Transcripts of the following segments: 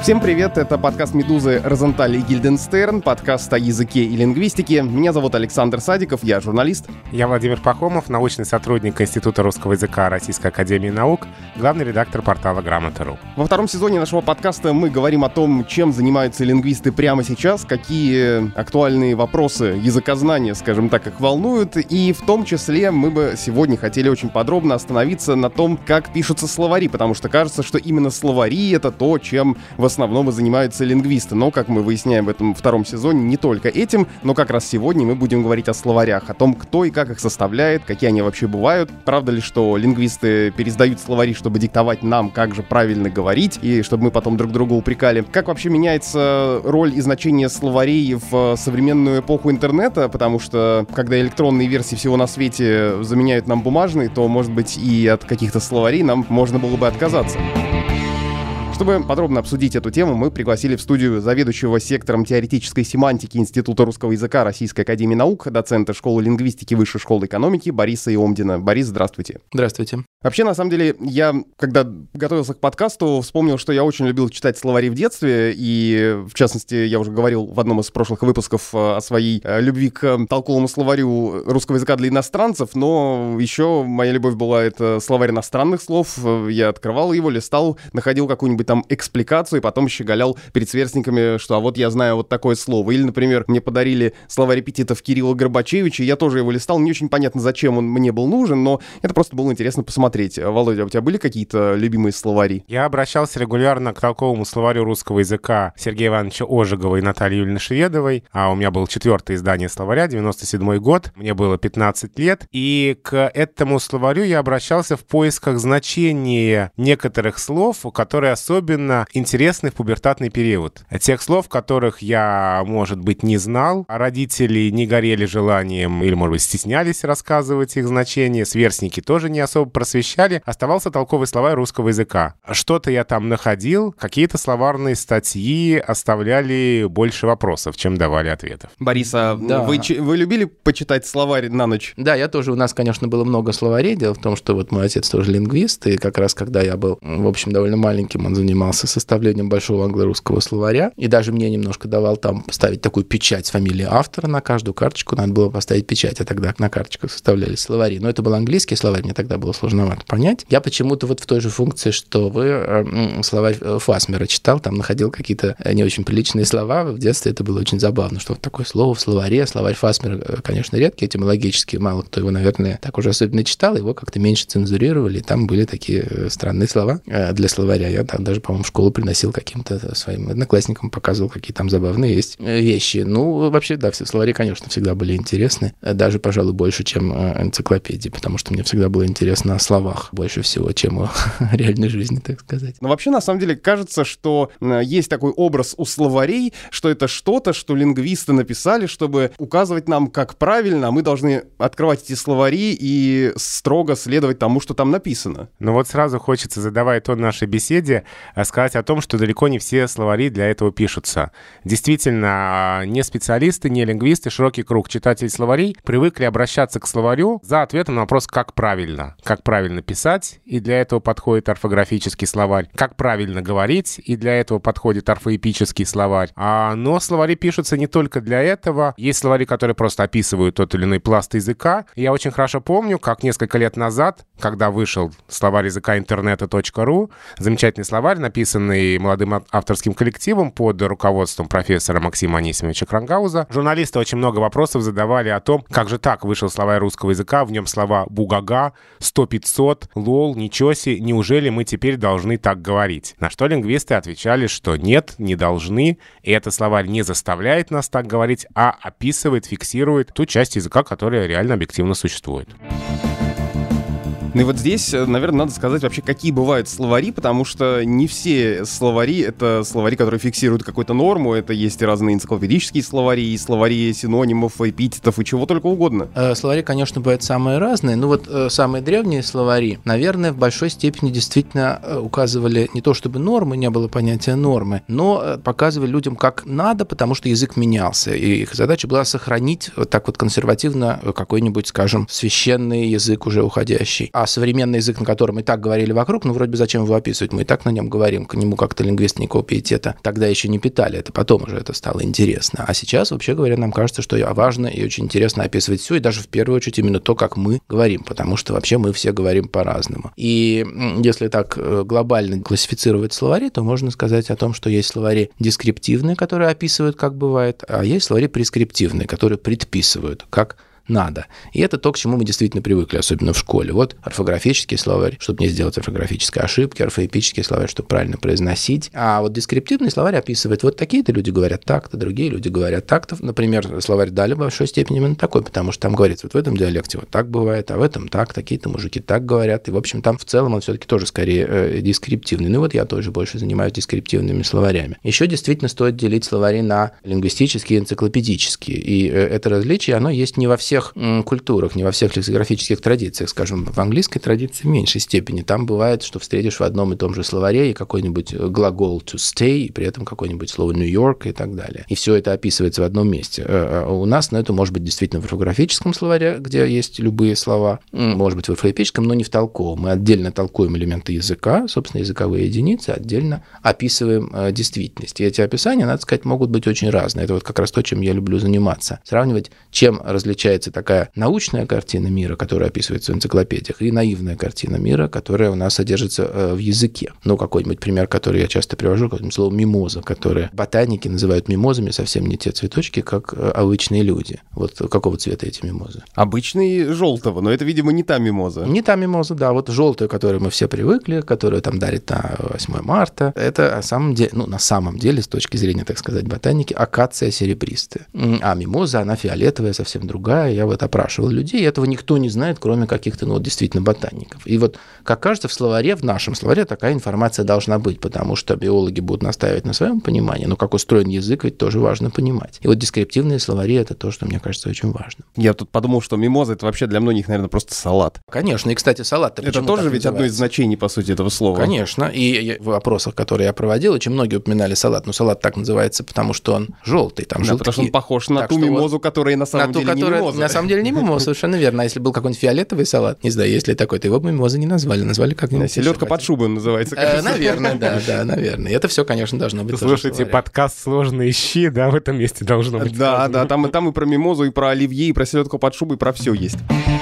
Всем привет, это подкаст «Медузы», Розенталь и Гильденстерн, подкаст о языке и лингвистике. Меня зовут Александр Садиков, я журналист. Я Владимир Пахомов, научный сотрудник Института русского языка Российской академии наук, главный редактор портала Грамота.ру. Во втором сезоне нашего подкаста мы говорим о том, чем занимаются лингвисты прямо сейчас, какие актуальные вопросы языкознания, скажем так, их волнуют, и в том числе мы бы сегодня хотели очень подробно остановиться на том, как пишутся словари, потому что кажется, что именно словари — это то, чем в основном и занимаются лингвисты. Но, как мы выясняем в этом втором сезоне, не только этим, но как раз сегодня мы будем говорить о словарях, о том, кто и как их составляет, какие они вообще бывают. Правда ли, что лингвисты пересдают словари, чтобы диктовать нам, как же правильно говорить, и чтобы мы потом друг друга упрекали? Как вообще меняется роль и значение словарей в современную эпоху интернета? Потому что, когда электронные версии всего на свете заменяют нам бумажные, то, может быть, и от каких-то словарей нам можно было бы отказаться. Чтобы подробно обсудить эту тему, мы пригласили в студию заведующего сектором теоретической семантики Института русского языка Российской академии наук, доцента школы лингвистики Высшей школы экономики Бориса Иомдина. Борис, здравствуйте. Здравствуйте. Вообще, на самом деле, я, когда готовился к подкасту, вспомнил, что я очень любил читать словари в детстве, и, в частности, я уже говорил в одном из прошлых выпусков о своей любви к толковому словарю русского языка для иностранцев, но еще моя любовь была это словарь иностранных слов. Я открывал его, листал, находил какую-нибудь там экспликацию, и потом щеголял перед сверстниками, что а вот я знаю вот такое слово. Или, например, мне подарили словарь эпитетов Кирилла Горбачевича, я тоже его листал, не очень понятно, зачем он мне был нужен, но это просто было интересно посмотреть. Володя, у тебя были какие-то любимые словари? Я обращался регулярно к толковому словарю русского языка Сергея Ивановича Ожегова и Натальи Юрьевны Шведовой. А у меня было 4-е издание словаря, 97-й год, мне было 15 лет, и к этому словарю я обращался в поисках значения некоторых слов, которые особенно интересны в пубертатный период. Тех слов, которых я, может быть, не знал, а родители не горели желанием или, может быть, стеснялись рассказывать их значения, сверстники тоже не особо просвещали, оставался толковый словарь русского языка. Что-то я там находил, какие-то словарные статьи оставляли больше вопросов, чем давали ответов. Борис, а Да. вы любили почитать словарь на ночь? Да, я тоже, у нас, конечно, было много словарей. Дело в том, что вот мой отец тоже лингвист, и как раз когда я был, в общем, довольно маленьким, он занимался составлением большого англо-русского словаря, и даже мне немножко давал там поставить такую печать с фамилией автора на каждую карточку, надо было поставить печать, а тогда на карточках составлялись словари. Но это был английский словарь, мне тогда было сложновато понять. Я почему-то вот в той же функции, что вы, словарь Фасмера читал, там находил какие-то не очень приличные слова. В детстве это было очень забавно, что вот такое слово в словаре. Словарь Фасмера, конечно, редкий, этимологически, мало кто его, наверное, так уже особенно читал, его как-то меньше цензурировали, и там были такие странные слова для словаря. Я там даже, по-моему, в школу приносил каким-то своим одноклассникам, показывал, какие там забавные есть вещи. Ну, вообще, да, все словари, конечно, всегда были интересны, даже, пожалуй, больше, чем энциклопедии, потому что мне всегда было интересно о словах больше всего, чем о реальной жизни, так сказать. Но вообще, на самом деле, кажется, что есть такой образ у словарей, что это что-то, что лингвисты написали, чтобы указывать нам, как правильно, а мы должны открывать эти словари и строго следовать тому, что там написано. Но вот сразу хочется, задавая тон нашей беседе, сказать о том, что далеко не все словари для этого пишутся. Действительно, не специалисты, не лингвисты, широкий круг читателей словарей привыкли обращаться к словарю за ответом на вопрос «как правильно?». Как правильно писать, и для этого подходит орфографический словарь. Как правильно говорить, и для этого подходит орфоэпический словарь. Но словари пишутся не только для этого. Есть словари, которые просто описывают тот или иной пласт языка. Я очень хорошо помню, как несколько лет назад, когда вышел словарь языка интернета.ру, замечательный словарь, написанный молодым авторским коллективом под руководством профессора Максима Анисимовича Крангауза, журналисты очень много вопросов задавали о том, как же так вышел словарь русского языка, в нем слова «бугага», «100-500», «лол», «ничего себе», неужели мы теперь должны так говорить? На что лингвисты отвечали, что нет, не должны, и этот словарь не заставляет нас так говорить, а описывает, фиксирует ту часть языка, которая реально объективно существует. Ну и вот здесь, наверное, надо сказать вообще, какие бывают словари, потому что не все словари — это словари, которые фиксируют какую-то норму, это есть и разные энциклопедические словари, и словари синонимов, эпитетов и чего только угодно. Словари, конечно, бывают самые разные, но вот самые древние словари, наверное, в большой степени действительно указывали не то чтобы нормы, не было понятия нормы, но показывали людям, как надо, потому что язык менялся, и их задача была сохранить вот так вот консервативно какой-нибудь, скажем, священный язык уже уходящий. А современный язык, на котором и так говорили вокруг, ну, вроде бы зачем его описывать, мы и так на нем говорим, к нему как-то лингвисты никакого пиетета тогда еще не питали, это потом уже это стало интересно. А сейчас, вообще говоря, нам кажется, что важно и очень интересно описывать все, и даже в первую очередь именно то, как мы говорим, потому что вообще мы все говорим по-разному. И если так глобально классифицировать словари, то можно сказать о том, что есть словари дескриптивные, которые описывают, как бывает, а есть словари прескриптивные, которые предписывают, как надо. И это то, к чему мы действительно привыкли, особенно в школе. Вот орфографический словарь, чтобы не сделать орфографической ошибки, орфоэпический словарь, чтобы правильно произносить. А вот дескриптивный словарь описывает, вот такие-то люди говорят так-то, другие люди говорят так-то. Например, словарь Даля в большой степени именно такой, потому что там говорится, вот в этом диалекте вот так бывает, а в этом так, такие-то мужики так говорят. И, в общем, там в целом он все-таки тоже скорее дескриптивный. Ну и вот я тоже больше занимаюсь дескриптивными словарями. Еще действительно стоит делить словари на лингвистические и энциклопедические. И это различие, оно есть не во всех культурах, не во всех лексикографических традициях, скажем, в английской традиции в меньшей степени. Там бывает, что встретишь в одном и том же словаре и какой-нибудь глагол to stay, и при этом какое-нибудь слово New York и так далее. И все это описывается в одном месте. У нас, это может быть действительно в орфографическом словаре, где есть любые слова, может быть в орфоэпическом, но не в толковом. Мы отдельно толкуем элементы языка, собственно, языковые единицы, отдельно описываем действительность. И эти описания, надо сказать, могут быть очень разные. Это вот как раз то, чем я люблю заниматься. Сравнивать, чем различается такая научная картина мира, которая описывается в энциклопедиях, и наивная картина мира, которая у нас содержится в языке. Ну, какой-нибудь пример, который я часто привожу, как слово мимоза, которое ботаники называют мимозами, совсем не те цветочки, как обычные люди. Вот какого цвета эти мимозы? Обычный желтого, но это, видимо, не та мимоза. Не та мимоза, да. Вот желтую, к которой мы все привыкли, которую там дарят на 8 марта, это на самом деле, с точки зрения, так сказать, ботаники, акация серебристая. А мимоза, она фиолетовая, совсем другая. Я вот опрашивал людей, и этого никто не знает, кроме каких-то, действительно ботаников. И вот, как кажется, в нашем словаре такая информация должна быть, потому что биологи будут настаивать на своем понимании, но как устроен язык, ведь тоже важно понимать. И вот дескриптивные словари — это то, что, мне кажется, очень важно. Я тут подумал, что мимоза — это вообще для многих, наверное, просто салат. Конечно, и, кстати, салат-то это тоже ведь одно из значений, по сути, этого слова. Конечно, и в вопросах, которые я проводил, очень многие упоминали салат, но салат так называется, потому что он желтый, там желтки. Потому что он похож на ту мимозу, которая на самом деле не мимоза. На самом деле не мимоза, совершенно верно. А если был какой-нибудь фиолетовый салат, не знаю, есть ли такой, то его мимозой не назвали как-нибудь. Селедка под шубой он называется. Наверное, да, наверное. Это все, конечно, должно быть. Слушайте, подкаст «Сложные щи», да, в этом месте должно быть. Да, там и про мимозу, и про оливье, и про селедку под шубой, и про все есть.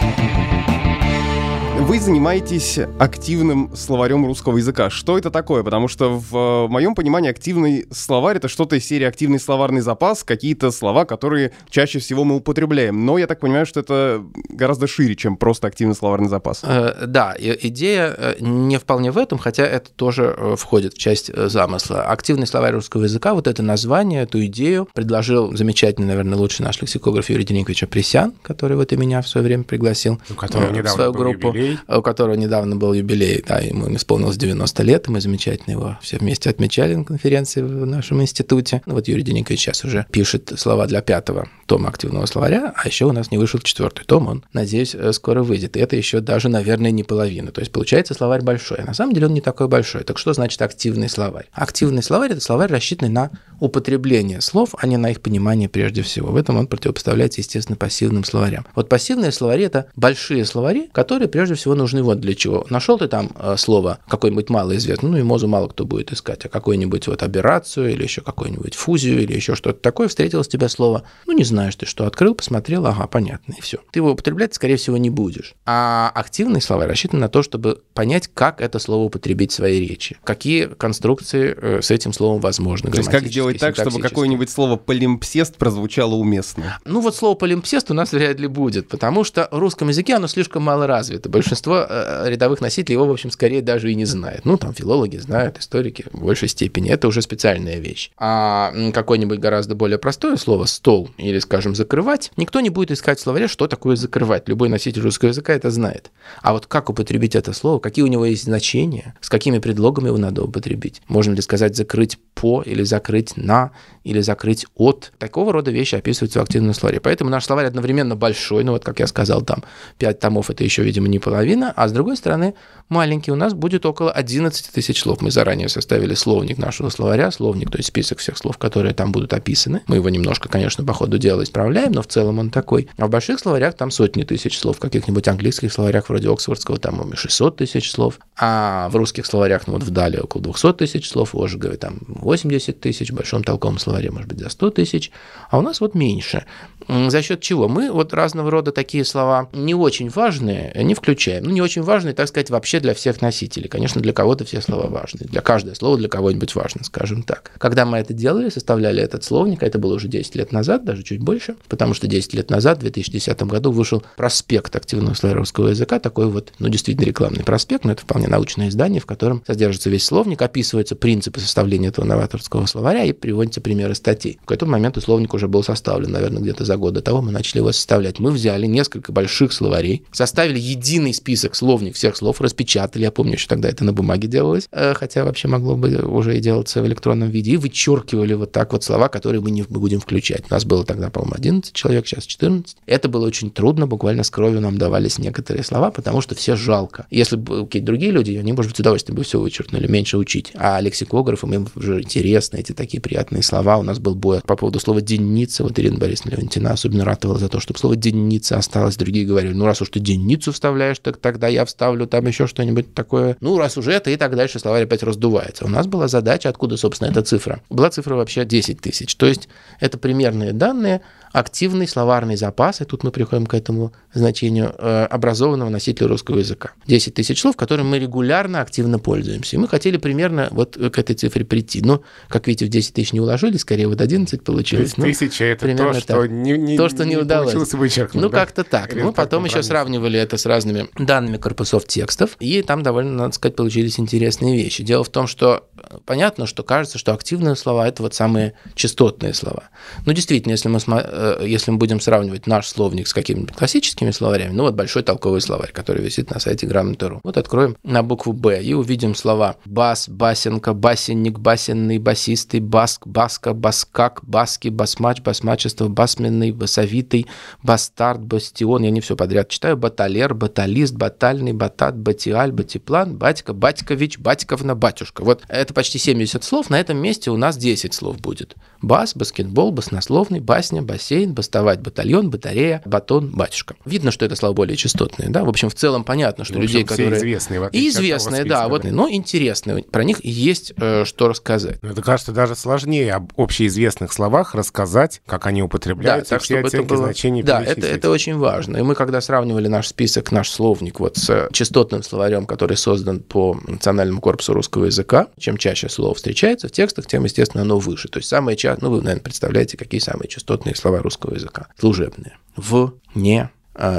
Вы занимаетесь активным словарем русского языка. Что это такое? Потому что в моем понимании активный словарь — это что-то из серии активный словарный запас, какие-то слова, которые чаще всего мы употребляем. Но я так понимаю, что это гораздо шире, чем просто активный словарный запас. Да, идея не вполне в этом, хотя это тоже входит в часть замысла. Активный словарь русского языка, вот это название, эту идею предложил замечательный, наверное, лучший наш лексикограф Юрий Деникович Апресян, который вот и меня в свое время пригласил в свою группу. У которого недавно был юбилей, да, ему исполнилось 90 лет, и мы замечательно его все вместе отмечали на конференции в нашем институте. Вот Юрий Деникович сейчас уже пишет слова для 5-го тома активного словаря, а еще у нас не вышел 4-й том, он, надеюсь, скоро выйдет. И это еще даже, наверное, не половина. То есть получается словарь большой, а на самом деле он не такой большой. Так что значит активный словарь? Активный словарь — это словарь, рассчитанный на употребление слов, а не на их понимание прежде всего. В этом он противопоставляется, естественно, пассивным словарям. Вот пассивные словари — это большие словари, которые прежде всего нужны вот для чего. Нашел ты там слово какое-нибудь малоизвестное, мимозу мало кто будет искать, а какую-нибудь вот аберрацию или еще какую-нибудь фузию или еще что-то такое, встретилось тебе слово, не знаешь ты, что открыл, посмотрел, ага, понятно, и все. Ты его употреблять, скорее всего, не будешь. А активный словарь рассчитан на то, чтобы понять, как это слово употребить в своей речи, какие конструкции с этим словом возможны. То есть как сделать так, чтобы какое-нибудь слово полимпсест прозвучало уместно? Вот слово полимпсест у нас вряд ли будет, потому что в русском языке оно слишком мало развито. Большинство рядовых носителей его, в общем, скорее даже и не знает. Там филологи знают, историки в большей степени. Это уже специальная вещь. А какое-нибудь гораздо более простое слово «стол» или, скажем, «закрывать», никто не будет искать в словаре, что такое «закрывать». Любой носитель русского языка это знает. А вот как употребить это слово, какие у него есть значения, с какими предлогами его надо употребить? Можно ли сказать «закрыть по» или «закрыть на» или «закрыть от»? Такого рода вещи описываются в активном словаре. Поэтому наш словарь одновременно большой, вот как я сказал, там 5 томов — это еще, видимо, не половина, половина, а с другой стороны, маленький, у нас будет около 11 тысяч слов. Мы заранее составили словник нашего словаря, словник, то есть список всех слов, которые там будут описаны. Мы его немножко, конечно, по ходу дела исправляем, но в целом он такой. А в больших словарях там сотни тысяч слов, в каких-нибудь английских словарях вроде Оксфордского там 600 тысяч слов, а в русских словарях, ну вот в Дале около 200 тысяч слов, в Ожегове там 80 тысяч, в большом толковом словаре, может быть, за 100 тысяч, а у нас вот меньше. За счет чего? Мы вот разного рода такие слова не очень важные не включаем. Ну, не очень важные, так сказать, вообще для всех носителей. Конечно, для кого-то все слова важны. Для каждого слова для кого-нибудь важно, скажем так. Когда мы это делали, составляли этот словник, а это было уже 10 лет назад, даже чуть больше, потому что 10 лет назад, в 2010 году, вышел проспект активного словаря русского языка, такой вот, ну, действительно рекламный проспект, но это вполне научное издание, в котором содержится весь словник, описываются принципы составления этого новаторского словаря и приводятся примеры статей. К этому моменту словник уже был составлен, наверное, где-то за год до того мы начали его составлять. Мы взяли несколько больших словарей, составили единый список, словник всех слов, распечатали, я помню, еще тогда это на бумаге делалось, хотя вообще могло бы уже и делаться в электронном виде, и вычеркивали вот так вот слова, которые мы не будем включать. У нас было тогда, по-моему, 11 человек, сейчас 14. Это было очень трудно, буквально с кровью нам давались некоторые слова, потому что все жалко. Если бы какие-то другие люди, они, может быть, с удовольствием бы все вычеркнули, меньше учить. А лексикографам им уже интересны эти такие приятные слова. У нас был бой по поводу слова «денница». Вот Ирина Борисовна Леонтьевна особенно ратовала за то, чтобы слово «денница» осталось. Другие говорили, ну, раз уж ты «денницу» вставляешь, так тогда я вставлю там еще что-нибудь такое. Ну, раз уже это, и так дальше словарь опять раздувается. У нас была задача, откуда, собственно, эта цифра. Была цифра вообще 10 тысяч. То есть это примерные данные, активный словарный запас, и тут мы приходим к этому значению образованного носителя русского языка. 10 тысяч слов, которым мы регулярно активно пользуемся. И мы хотели примерно вот к этой цифре прийти. Но, как видите, в 10 тысяч не уложились, скорее вот 11 получилось. 10 тысяч — это то, что не удалось. Получилось вычеркнуть. Ну, как-то так. Мы потом еще сравнивали это с разными данными корпусов текстов, и там довольно, надо сказать, получились интересные вещи. Дело в том, что понятно, что кажется, что активные слова — это вот самые частотные слова. Но действительно, если мы будем сравнивать наш словник с какими-нибудь классическими словарями, ну вот большой толковый словарь, который висит на сайте Грамоты.ру. Вот откроем на букву «Б» и увидим слова бас, басенка, басенник, басенный, басистый, баск, баска, баскак, баски, басмач, басмачество, басменный, басовитый, бастард, бастион. Я не все подряд читаю. Баталер, баталист, батальный, батат, батиаль, батиплан, батька, батькович, батьковна, батюшка. Вот это почти 70 слов. На этом месте у нас 10 слов будет. Бас, баскетбол, баснословный, басня, бассейн, бастовать, батальон, батарея, батон, батюшка. Видно, что это слова более частотные, да? В общем, в целом понятно, что людей, которые... известные. И известные, да, вот, но интересные. Про них есть что рассказать. Это, кажется, даже сложнее об общеизвестных словах рассказать, как они употребляются, да, так, все оценки было... значений да, это очень важно. И мы, когда сравнивали наш список, наш словник вот с частотным словарем, который создан по Национальному корпусу русского языка, чем чаще слово встречается в текстах, тем, естественно, оно выше. То есть самые часто, ну, вы, наверное, представляете, какие самые частотные слова русского языка. Служебные. В, не,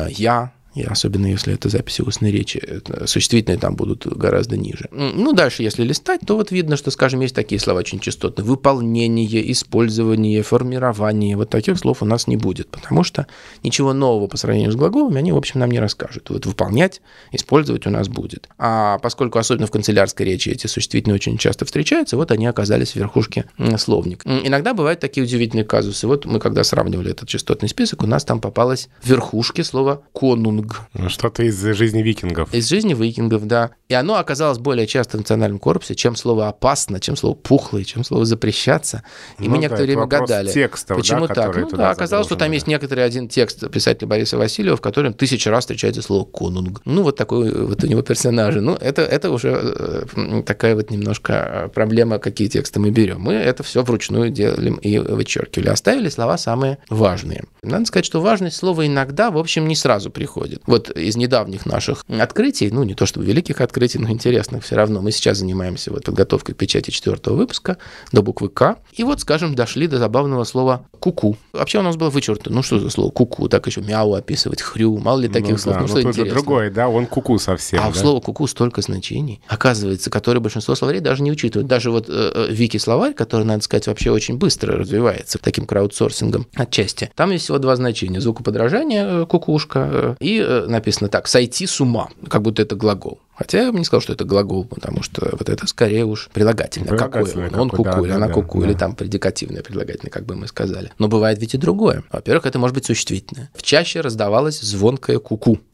я. И особенно если это записи устной речи, существительные там будут гораздо ниже. Ну, дальше, если листать, то вот видно, что, скажем, есть такие слова очень частотные. Выполнение, использование, формирование. Вот таких слов у нас не будет, потому что ничего нового по сравнению с глаголами они, в общем, нам не расскажут. Вот выполнять, использовать у нас будет. А поскольку особенно в канцелярской речи эти существительные очень часто встречаются, вот они оказались в верхушке словника. Иногда бывают такие удивительные казусы. Вот мы, когда сравнивали этот частотный список, у нас там попалось в верхушке слово «конунг». Что-то из жизни викингов. Из жизни викингов, да. И оно оказалось более часто в национальном корпусе, чем слово «опасно», чем слово «пухлый», чем слово «запрещаться». И мы некоторое время гадали, текстов, почему да, так. Ну да, оказалось, что там есть некоторый один текст писателя Бориса Васильева, в котором 1000 раз встречается слово «конунг». Ну, вот такой вот у него персонаж. Ну, это уже такая вот немножко проблема, какие тексты мы берем. Мы это все вручную делали и вычеркивали. Оставили слова самые важные. Надо сказать, что важность слова иногда, в общем, не сразу приходит. Вот из недавних наших открытий, ну, не то чтобы великих открытий, но интересных все равно, мы сейчас занимаемся вот подготовкой к печати 4-го выпуска до буквы «К». И вот, скажем, дошли до забавного слова «ку-ку». Вообще у нас было вычеркнуто. Ну, что за слово «ку-ку»? Так еще «мяу» описывать, «хрю». Мало ли таких слов. Да, ну, что интересно. Другое, да, он «ку-ку» совсем. А у слова «ку-ку» столько значений, оказывается, которые большинство словарей даже не учитывают. Даже вот Вики-словарь, который, надо сказать, вообще очень быстро развивается таким краудсорсингом отчасти. Там есть всего 2 значения. Звукоподражание «кукушка» и написано так: «сойти с ума», как будто это глагол. Хотя я бы не сказал, что это глагол, потому что вот это скорее уж прилагательное. Какое он? Он куку, или она куку, или там предикативное прилагательное, как бы мы сказали. Но бывает ведь и другое. Во-первых, это может быть существительное. В чаще раздавалось звонкое куку.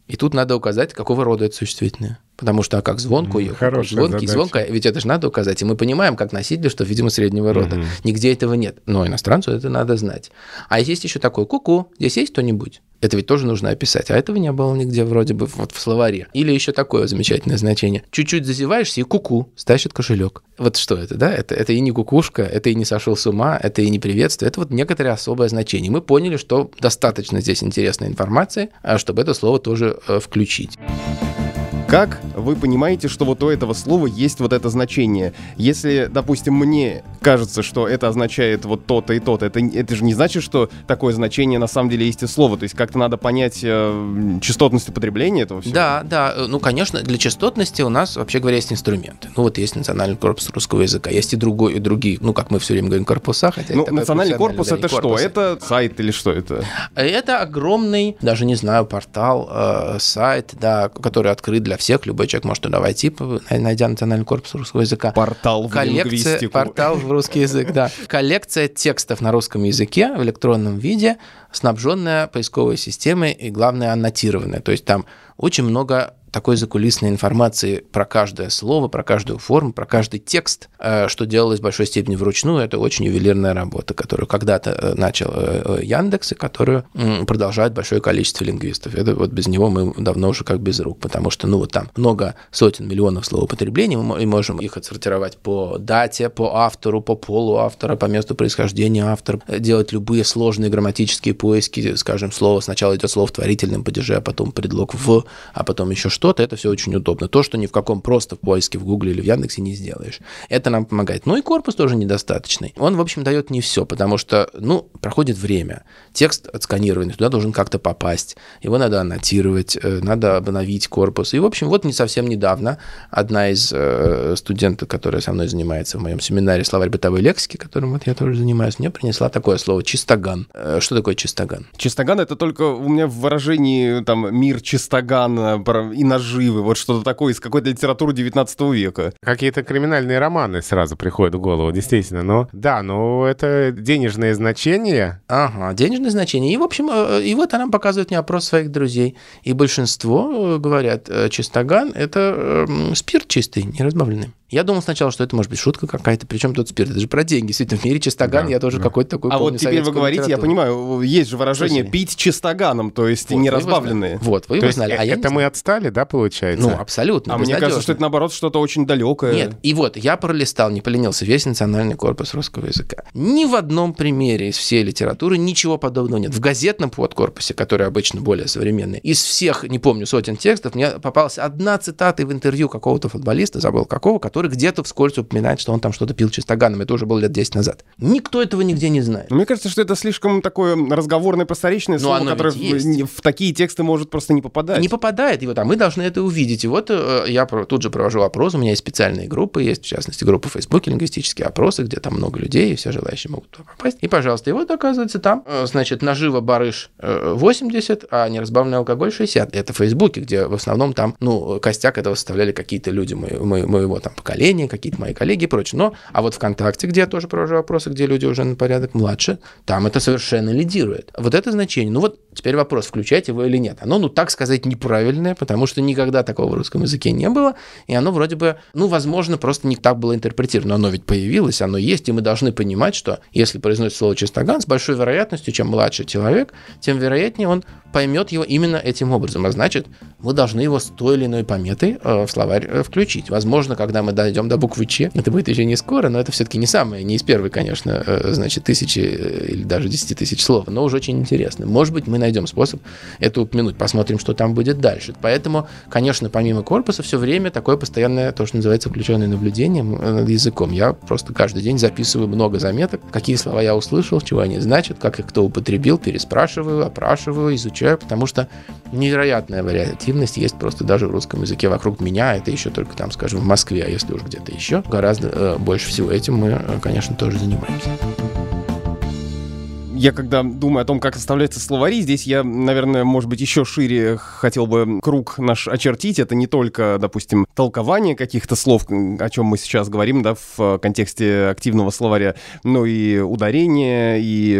И тут надо указать, какого рода это существительное. Потому что, как звонко, звонкий, звонко, ведь это же надо указать. И мы понимаем, как носитель, что, видимо, среднего рода. Нигде этого нет. Но иностранцу это надо знать. А есть еще такое ку-ку, здесь есть кто-нибудь? Это ведь тоже нужно описать. А этого не было нигде вроде бы вот в словаре. Или еще такое замечательное значение. Чуть-чуть зазеваешься, и ку-ку, стащит кошелек. Вот что это, да? Это и не кукушка, это и не сошел с ума, это и не приветствие. Это вот некоторое особое значение. Мы поняли, что достаточно здесь интересной информации, чтобы это слово тоже включить. Как вы понимаете, что вот у этого слова есть вот это значение? Если, допустим, мне кажется, что это означает вот то-то и то-то, это же не значит, что такое значение на самом деле есть и слово. То есть как-то надо понять частотность употребления этого всего. Да. Ну, конечно, для частотности у нас, вообще говоря, есть инструменты. Ну, вот есть национальный корпус русского языка, есть и другие, ну, как мы все время говорим, корпуса. Хотя ну, национальный корпус — это что? Это сайт или что это? Это огромный, даже не знаю, портал, сайт, да, который открыт для всех, любой человек может туда войти, найдя национальный корпус русского языка. Портал в лингвистику. Портал в русский язык, да. Коллекция текстов на русском языке в электронном виде, снабженная поисковой системой и, главное, аннотированная. То есть там очень много такой закулисной информации про каждое слово, про каждую форму, про каждый текст, что делалось в большой степени вручную. Это очень ювелирная работа, которую когда-то начал Яндекс, и которую продолжает большое количество лингвистов. Это вот без него мы давно уже как без рук, потому что, ну, вот там много сотен миллионов словоупотреблений, мы можем их отсортировать по дате, по автору, по полу автора, по месту происхождения автора, делать любые сложные грамматические поиски, скажем, слово, сначала идет слово в творительном падеже, а потом предлог в, а потом еще что-то, это все очень удобно. То, что ни в каком просто в поиске в Гугле или в Яндексе не сделаешь. Это нам помогает. Ну и корпус тоже недостаточный. Он, в общем, дает не все, потому что, ну, проходит время. Текст отсканированный, туда должен как-то попасть. Его надо аннотировать, надо обновить корпус. И, в общем, вот не совсем недавно одна из студентов, которая со мной занимается в моем семинаре «Словарь бытовой лексики», которым вот я тоже занимаюсь, мне принесла такое слово «чистоган». Что такое чистоган? Чистоган — это только у меня в выражении там «мир чистогана» и наживы, вот что-то такое из какой-то литературы 19 века. Какие-то криминальные романы сразу приходят в голову, действительно. Но да, но это денежное значение. Ага, денежное значение. И, в общем, и вот она показывает мне опрос своих друзей. И большинство говорят, чистоган — это спирт чистый, неразбавленный. Я думал сначала, что это может быть шутка какая-то, причем тут спирт, это же про деньги. Действительно, в мире чистоган я тоже какой-то такой помню. А вот теперь вы говорите, я понимаю, есть же выражение «пить чистоганом», то есть вот, неразбавленные. Вот, вы его знали. А это мы отстали, да, получается? Ну, абсолютно. А мне кажется, что это, наоборот, что-то очень далекое. Нет, и вот, я пролистал, не поленился, весь национальный корпус русского языка. Ни в одном примере из всей литературы ничего подобного нет. В газетном подкорпусе, который обычно более современный, из всех, не помню, сотен текстов, мне попалась одна цитата в интервью какого-то футболиста, забыл какого, который где-то вскользь упоминает, что он там что-то пил чистоганом. Это уже было лет 10 назад. Никто этого нигде не знает. Мне кажется, что это слишком такое разговорное, просторечное слово, которое в такие тексты может просто не попадать. Не попадает. И вот, а мы должны это увидеть. И вот я тут же провожу опрос. У меня есть специальные группы. Есть, в частности, группа в Фейсбуке, лингвистические опросы, где там много людей, и все желающие могут туда попасть. И, пожалуйста, и вот, оказывается, там, значит, наживо барыш 80, а неразбавленный алкоголь 60. Это в Фейсбуке, где в основном там, ну, костяк этого составляли какие-то люди моего там поколения, какие-то мои коллеги и прочее. Но, а вот ВКонтакте, где я тоже провожу опросы, где люди уже на порядок младше, там это совершенно лидирует. Вот это значение. Ну вот теперь вопрос, включать его или нет. Оно, ну так сказать, неправильное, потому что никогда такого в русском языке не было, и оно вроде бы, ну, возможно, просто не так было интерпретировано. Но оно ведь появилось, оно есть, и мы должны понимать, что если произносит слово «чистоган», с большой вероятностью, чем младше человек, тем вероятнее он поймет его именно этим образом. А значит, мы должны его с той или иной пометой в словарь включить. Возможно, когда мы дойдем до буквы «Ч», это будет еще не скоро, но это все-таки не самое, не из первой, конечно, значит, тысячи или даже 10 тысяч слов, но уже очень интересно. Может быть, мы найдем способ это упомянуть, посмотрим, что там будет дальше. Поэтому, конечно, помимо корпуса, все время такое постоянное, то, что называется, включенное наблюдение над языком. Я просто каждый день записываю много заметок, какие слова я услышал, чего они значат, как их кто употребил, переспрашиваю, опрашиваю, изучаю, потому что невероятная вариативность есть просто даже в русском языке вокруг меня. Это еще только там, скажем, в Москве, а если уж где-то еще, гораздо больше всего этим мы, конечно, тоже занимаемся. Я когда думаю о том, как составляются словари, здесь я, наверное, может быть, еще шире хотел бы круг наш очертить. Это не только, допустим, толкование каких-то слов, о чем мы сейчас говорим, да, в контексте активного словаря, но и ударение, и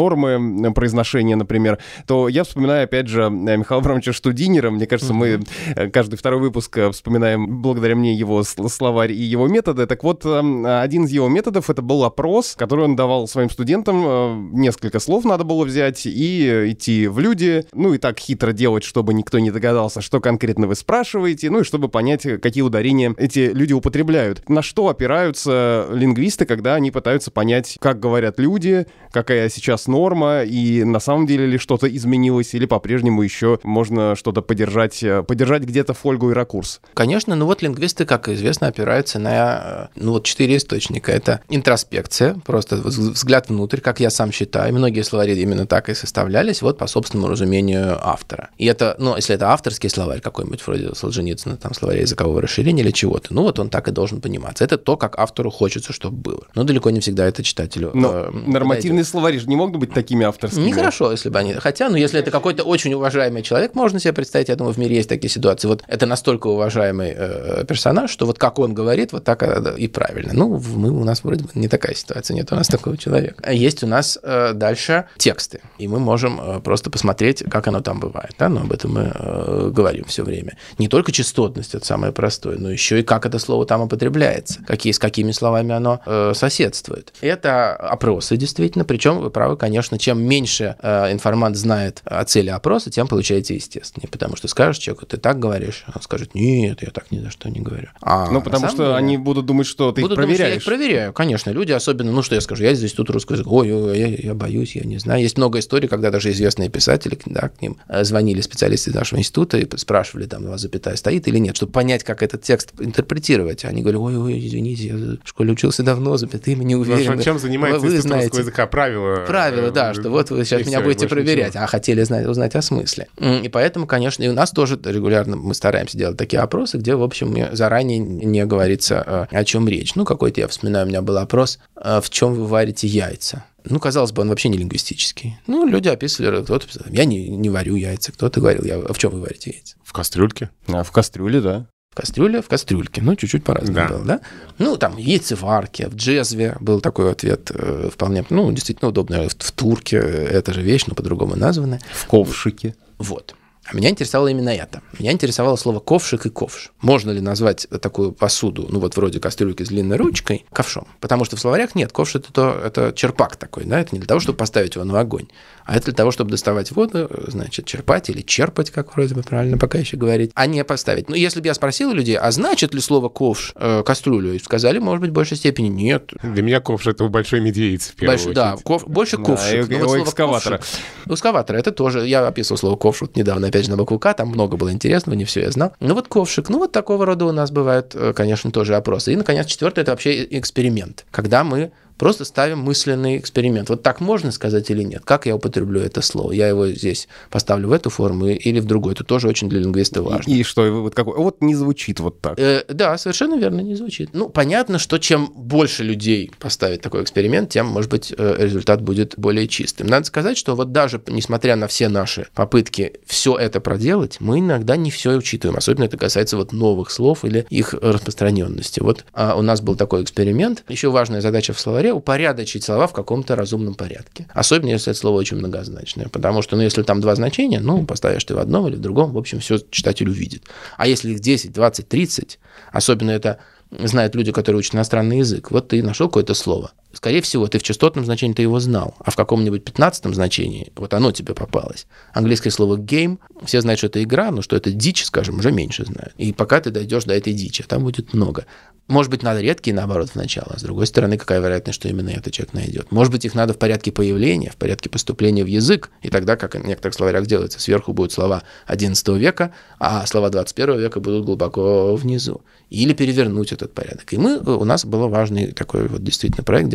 нормы произношения, например. То я вспоминаю, опять же, Михаила Абрамовича Штудинера. Мне кажется, мы каждый второй выпуск вспоминаем благодаря мне его словарь и его методы. Так вот, один из его методов — это был опрос, который он давал своим студентам. Несколько слов надо было взять и идти в люди, ну и так хитро делать, чтобы никто не догадался, что конкретно вы спрашиваете, ну и чтобы понять, какие ударения эти люди употребляют. На что опираются лингвисты, когда они пытаются понять, как говорят люди, какая сейчас норма, и на самом деле ли что-то изменилось, или по-прежнему еще можно что-то подержать где-то фольгу и ракурс. Конечно, лингвисты, как известно, опираются на 4 источника. Это интроспекция, просто взгляд внутрь, как я сам считаю. Многие словари именно так и составлялись, по собственному разумению автора. И это, если это авторский словарь какой-нибудь, вроде Солженицына, там, словаря языкового расширения или чего-то, он так и должен пониматься. Это то, как автору хочется, чтобы было. Но далеко не всегда это читателю. Но нормативные словари же не могут быть такими авторскими. Нехорошо, если бы они... Хотя, если это какой-то очень уважаемый человек, можно себе представить, я думаю, в мире есть такие ситуации. Это настолько уважаемый персонаж, что как он говорит, так и правильно. У нас вроде бы не такая ситуация, нет у нас такого человека. Есть у нас дальше тексты, и мы можем просто посмотреть, как оно там бывает. Да? Но об этом мы говорим все время. Не только частотность, это самое простое, но еще и как это слово там употребляется, с какими словами оно соседствует. Это опросы, действительно, причем вы правы, конечно, чем меньше информант знает о цели опроса, тем получаете естественнее, потому что скажешь человеку, ты так говоришь, он скажет, нет, я так ни за что не говорю. Потому что деле, они будут думать, что ты их проверяешь. Думать, что я их проверяю, конечно, люди особенно, что я скажу, я здесь тут русский язык, я боюсь, я не знаю. Есть много историй, когда даже известные писатели, к ним звонили специалисты из нашего института и спрашивали, там, у вас запятая стоит или нет, чтобы понять, как этот текст интерпретировать. Они говорили, извините, я в школе учился давно, запятыми не уверен. Чем занимается институт русского языка? Правила, да, что вы сейчас меня будете проверять, а хотели узнать о смысле. И поэтому, конечно, и у нас тоже регулярно мы стараемся делать такие опросы, где, в общем, заранее не говорится, о чем речь. Какой-то, я вспоминаю, у меня был опрос, в чем вы варите яйца. Казалось бы, он вообще не лингвистический. Люди описывали, кто-то писал, я не варю яйца, кто-то говорил, в чем вы варите яйца? В кастрюльке. В кастрюле, да. В кастрюльке. Чуть-чуть по-разному было, да? Там, яйцеварки, в джезве был такой ответ вполне, действительно удобно. В турке это же вещь, но по-другому названная. В ковшике. Вот. А меня интересовало именно это. Меня интересовало слово «ковшик» и «ковш». Можно ли назвать такую посуду, вроде кастрюльки с длинной ручкой, ковшом? Потому что в словарях нет. Ковш — это черпак такой, да? Это не для того, чтобы поставить его на огонь, а это для того, чтобы доставать воду, значит, черпать или черпать, как вроде бы правильно пока еще говорить, а не поставить. Если бы я спросил людей, а значит ли слово «ковш» кастрюлю, и сказали, может быть, в большей степени нет. Для меня ковш — это большой медведец, в первую очередь. Да, больше ковшик. У экскаватора. У экскаватора это тоже. Я описывал слово «ковш» недавно, опять же, на букву «К», там много было интересного, не все я знал. Ковшик. Такого рода у нас бывают, конечно, тоже опросы. И, наконец, четвертое — это вообще эксперимент. Когда мы просто ставим мысленный эксперимент. Так можно сказать или нет? Как я употреблю это слово? Я его здесь поставлю в эту форму или в другую? Это тоже очень для лингвиста важно. И что? Не звучит вот так. Да, совершенно верно, не звучит. Понятно, что чем больше людей поставит такой эксперимент, тем, может быть, результат будет более чистым. Надо сказать, что даже несмотря на все наши попытки все это проделать, мы иногда не все учитываем. Особенно это касается новых слов или их распространенности. У нас был такой эксперимент. Еще важная задача в словаре — упорядочить слова в каком-то разумном порядке. Особенно, если это слово очень многозначное. Потому что, если там два значения, поставишь ты в одном или в другом, в общем, все читатель увидит. А если их 10, 20, 30, особенно это знают люди, которые учат иностранный язык, ты нашел какое-то слово. Скорее всего, ты в частотном значении ты его знал, а в каком-нибудь 15-м значении оно тебе попалось. Английское слово game, все знают, что это игра, но что это дичь, скажем, уже меньше знают. И пока ты дойдешь до этой дичи, там будет много. Может быть, надо редкие, наоборот, в начало. С другой стороны, какая вероятность, что именно этот человек найдет? Может быть, их надо в порядке появления, в порядке поступления в язык, и тогда, как в некоторых словарях делается, сверху будут слова XI века, а слова 21 века будут глубоко внизу. Или перевернуть этот порядок. И у нас был важный такой действительно проект, где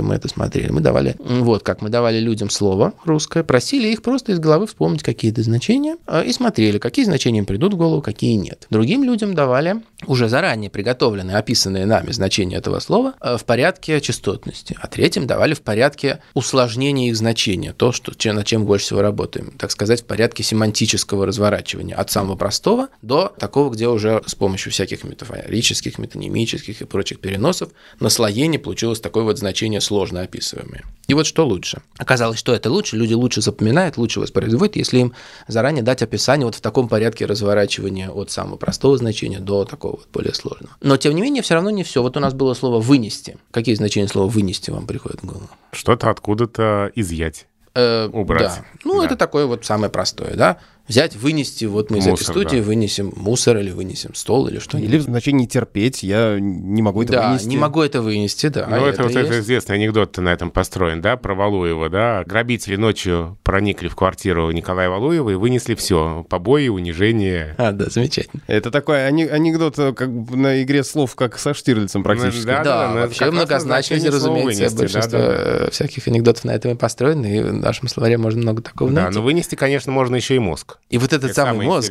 мы это смотрели. Мы давали людям слово русское, просили их просто из головы вспомнить какие-то значения и смотрели, какие значения им придут в голову, какие нет. Другим людям давали уже заранее приготовленные, описанные нами значения этого слова в порядке частотности, а третьим давали в порядке усложнения их значения, то, над чем больше всего работаем, так сказать, в порядке семантического разворачивания, от самого простого до такого, где уже с помощью всяких метафорических, метонимических и прочих переносов наслоение получилось такое вот значение сложно описываемое. И вот что лучше? Оказалось, что это лучше, люди лучше запоминают, лучше воспроизводят, если им заранее дать описание вот в таком порядке разворачивания от самого простого значения до такого вот более сложного. Но, тем не менее, все равно не все. Вот у нас было слово «вынести». Какие значения слова «вынести» вам приходят в голову? Что-то откуда-то изъять. Убрать. Да. Да. Это такое вот самое простое, да. Взять, вынести, вот мы из этой студии вынесем мусор или вынесем стол или что-нибудь. Или в значении терпеть, я не могу это вынести. Да, не могу это вынести, да. Ну, это известный анекдот на этом построен, да, про Валуева, да. Грабители ночью проникли в квартиру Николая Валуева и вынесли все: побои, унижение. Да, замечательно. Это такой анекдот, как на игре слов, как со Штирлицем практически. Да, вообще многозначность, разумеется, большинство всяких анекдотов на этом и построено, и в нашем словаре можно много такого найти. Да, но вынести, конечно, можно еще и мозг. И вот этот самый мозг,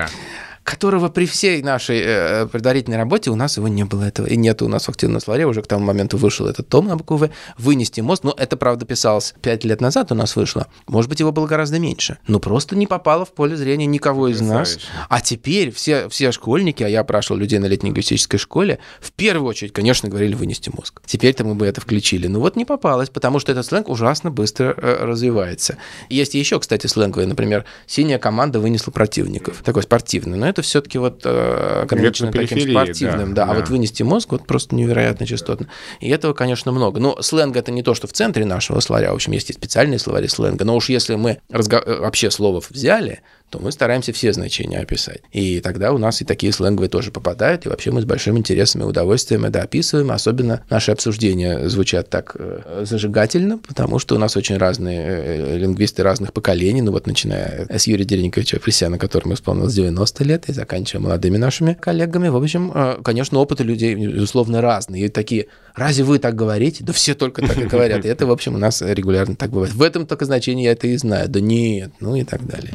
которого при всей нашей предварительной работе у нас его не было этого. И нет у нас в активном словаре, уже к тому моменту вышел этот том на букву «В». «Вынести мозг», ну, это, правда, писалось 5 лет назад у нас вышло. Может быть, его было гораздо меньше. Но просто не попало в поле зрения никого из нас. А теперь все школьники, а я опрашивал людей на летней-лингвистической школе, в первую очередь, конечно, говорили «вынести мозг». Теперь-то мы бы это включили. Но вот не попалось, потому что этот сленг ужасно быстро развивается. Есть еще, кстати, сленговые, например, «синяя команда вынесла противников». Такой спортивный. Но это все-таки вот ограничено таким спортивным, да. А вот вынести мозг вот просто невероятно частотно. И этого, конечно, много. Но сленг — это не то, что в центре нашего словаря. В общем, есть и специальные словари сленга. Но уж если мы вообще слов взяли, то мы стараемся все значения описать. И тогда у нас и такие сленговые тоже попадают, и вообще мы с большим интересом и удовольствием это описываем. Особенно наши обсуждения звучат так зажигательно, потому что у нас очень разные лингвисты разных поколений, ну вот начиная с Юрия Дереньковича Апресяна, которому исполнилось 90 лет, и заканчивая молодыми нашими коллегами. В общем, конечно, опыт у людей, безусловно, разный. И такие: разве вы так говорите? Да все только так и говорят. И это, в общем, у нас регулярно так бывает. В этом только значении я это и знаю. Да нет, ну и так далее.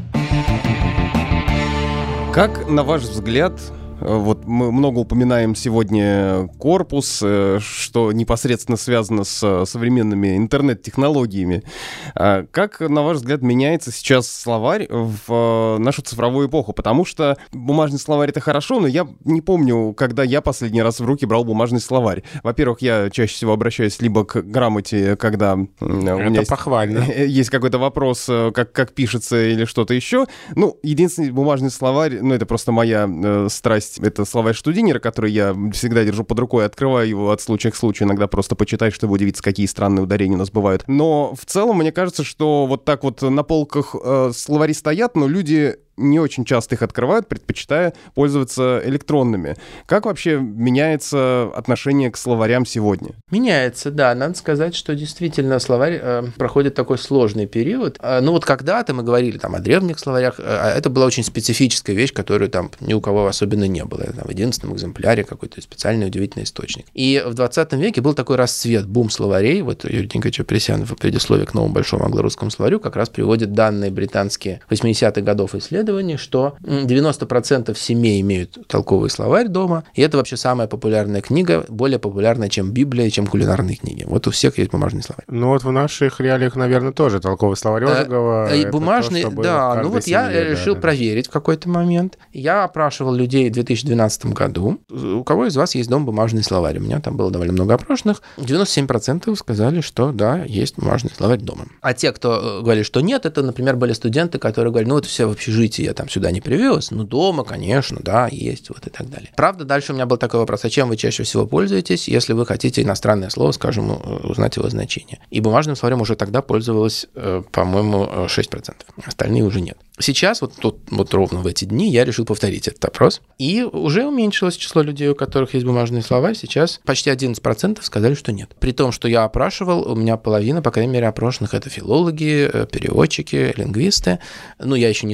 Как, на ваш взгляд, вот мы много упоминаем сегодня корпус, что непосредственно связано с современными интернет-технологиями. Как, на ваш взгляд, меняется сейчас словарь в нашу цифровую эпоху? Потому что бумажный словарь — это хорошо, но я не помню, когда я последний раз в руки брал бумажный словарь. Во-первых, я чаще всего обращаюсь либо к грамоте, когда у меня есть какой-то вопрос, как пишется или что-то еще. Ну, единственный бумажный словарь, ну, это просто моя страсть. Это словарь Штудинера, который я всегда держу под рукой, открываю его от случая к случаю, иногда просто почитать, чтобы удивиться, какие странные ударения у нас бывают. Но в целом, мне кажется, что вот так вот на полках словари стоят, но люди не очень часто их открывают, предпочитая пользоваться электронными. Как вообще меняется отношение к словарям сегодня? Меняется, да. Надо сказать, что действительно словарь проходит такой сложный период. Ну вот когда-то мы говорили там о древних словарях, это была очень специфическая вещь, которую там ни у кого особенно не было. Там, в 11 экземпляре какой-то специальный удивительный источник. И в 20 веке был такой расцвет, бум словарей. Вот Юрий Николаевич Апресян в предисловии к новому большому англо-русскому словарю как раз приводит данные британские 80-х годов исследований, что 90% семей имеют толковый словарь дома, и это вообще самая популярная книга, более популярная, чем Библия, чем кулинарные книги. Вот у всех есть бумажный словарь. Ну вот в наших реалиях, наверное, тоже толковый словарь Озегова. И бумажный, да. Ну вот я решил проверить в какой-то момент. Я опрашивал людей в 2012 году, у кого из вас есть дома бумажный словарь. У меня там было довольно много опрошенных. 97% сказали, что да, есть бумажный словарь дома. А те, кто говорили, что нет, это, например, были студенты, которые говорили: ну вот все в общежитии я там сюда не привез, ну дома, конечно, да, есть, вот и так далее. Правда, дальше у меня был такой вопрос: а чем вы чаще всего пользуетесь, если вы хотите иностранное слово, скажем, узнать его значение? И бумажным словарем уже тогда пользовалось, по-моему, 6%. Остальные уже нет. Сейчас, вот ровно в эти дни, я решил повторить этот опрос, и уже уменьшилось число людей, у которых есть бумажный словарь. Сейчас почти 11% сказали, что нет. При том, что я опрашивал, у меня половина, по крайней мере, опрошенных — это филологи, переводчики, лингвисты. Ну, я еще не сравнивал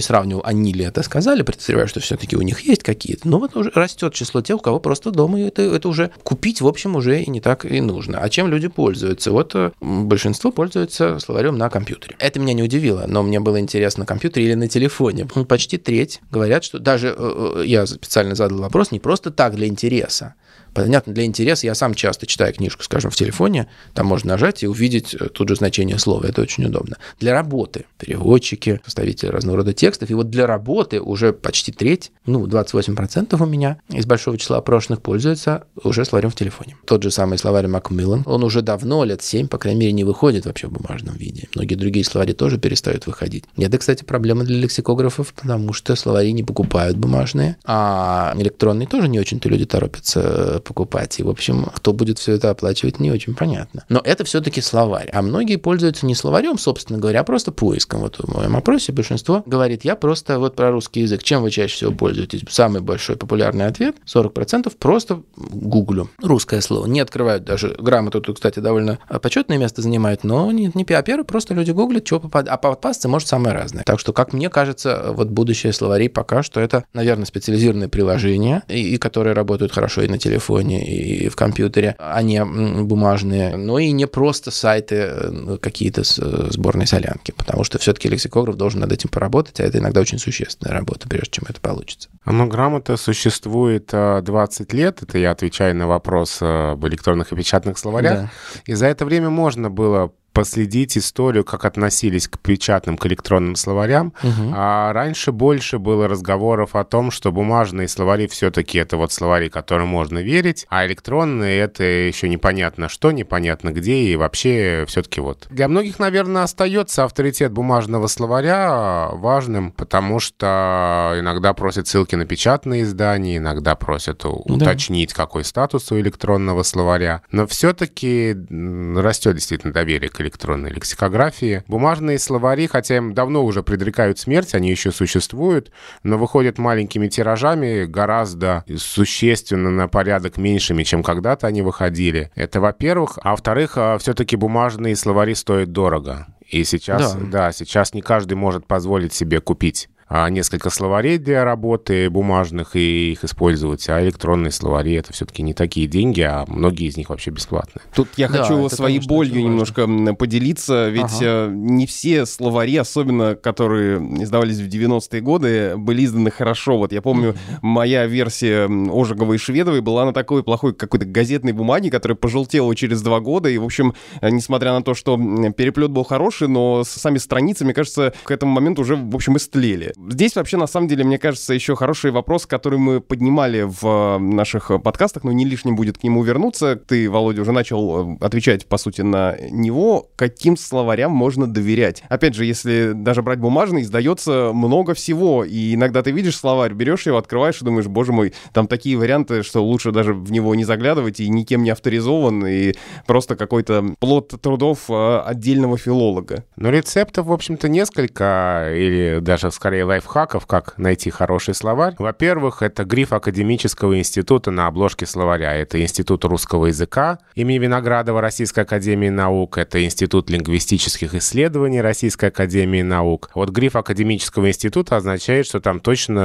они ли это сказали, подозреваю, что все-таки у них есть какие-то, но вот уже растет число тех, у кого просто дома это уже купить, в общем, уже и не так и нужно. А чем люди пользуются? Вот большинство пользуются словарем на компьютере. Это меня не удивило, но мне было интересно, на компьютере или на телефоне. Почти треть говорят, что даже я специально задал вопрос не просто так для интереса. Понятно, для интереса я сам часто читаю книжку, скажем, в телефоне, там можно нажать и увидеть тут же значение слова, это очень удобно. Для работы переводчики, составители разного рода текстов, и вот для работы уже почти треть, 28% у меня из большого числа опрошенных пользуются уже словарем в телефоне. Тот же самый словарь Macmillan, он уже давно, лет 7, по крайней мере, не выходит вообще в бумажном виде. Многие другие словари тоже перестают выходить. Это, кстати, проблема для лексикографов, потому что словари не покупают бумажные, а электронные тоже не очень-то люди торопятся покупать. И, в общем, кто будет все это оплачивать, не очень понятно. Но это все-таки словарь. А многие пользуются не словарем, собственно говоря, а просто поиском. Вот в моем опросе большинство говорит, я просто вот про русский язык. Чем вы чаще всего пользуетесь? Самый большой популярный ответ, 40%, просто гуглю русское слово. Не открывают даже грамоту. Тут, кстати, довольно почетное место занимает, но не первый, просто люди гуглят, что попадет. А попасться может самое разное. Так что, как мне кажется, вот будущее словарей пока что это, наверное, специализированные приложения, и которые работают хорошо и на телефоне, и в компьютере, а не бумажные, но и не просто сайты какие-то с сборной солянки, потому что все-таки лексикограф должен над этим поработать, а это иногда очень существенная работа, прежде чем это получится. Но грамота существует 20 лет, это я отвечаю на вопрос об электронных и печатных словарях, да. И за это время можно было последить историю, как относились к печатным, к электронным словарям. А раньше больше было разговоров о том, что бумажные словари все-таки это вот словари, которым можно верить, а электронные это еще непонятно что, непонятно где, и вообще все-таки вот. Для многих, наверное, остается авторитет бумажного словаря важным, потому что иногда просят ссылки на печатные издания, иногда просят уточнить, какой статус у электронного словаря. Но все-таки растет действительно доверие к электронной лексикографии. Бумажные словари, хотя им давно уже предрекают смерть, они еще существуют, но выходят маленькими тиражами, гораздо существенно на порядок меньшими, чем когда-то они выходили. Это во-первых. А во-вторых, все-таки бумажные словари стоят дорого. И сейчас, сейчас не каждый может позволить себе купить несколько словарей для работы бумажных и их использовать, а электронные словари — это все-таки не такие деньги, а многие из них вообще бесплатные. Тут я хочу своей болью немножко поделиться, ведь не все словари, особенно которые издавались в 90-е годы, были изданы хорошо. Вот я помню, моя версия Ожеговой и Шведовой была на такой плохой какой-то газетной бумаге, которая пожелтела через 2 года, и, в общем, несмотря на то, что переплет был хороший, но сами страницы, мне кажется, к этому моменту уже, в общем, истлели. Здесь вообще, на самом деле, мне кажется, еще хороший вопрос, который мы поднимали в наших подкастах, но не лишним будет к нему вернуться. Ты, Володя, уже начал отвечать, по сути, на него. Каким словарям можно доверять? Опять же, если даже брать бумажный, издается много всего, и иногда ты видишь словарь, берешь его, открываешь и думаешь, боже мой, там такие варианты, что лучше даже в него не заглядывать, и никем не авторизован, и просто какой-то плод трудов отдельного филолога. Но рецептов, в общем-то, несколько, или даже, скорее, лайфхаков, как найти хороший словарь. Во-первых, это гриф Академического института на обложке словаря. Это Институт русского языка имени Виноградова Российской академии наук, это Институт лингвистических исследований Российской академии наук. Вот гриф Академического института означает, что там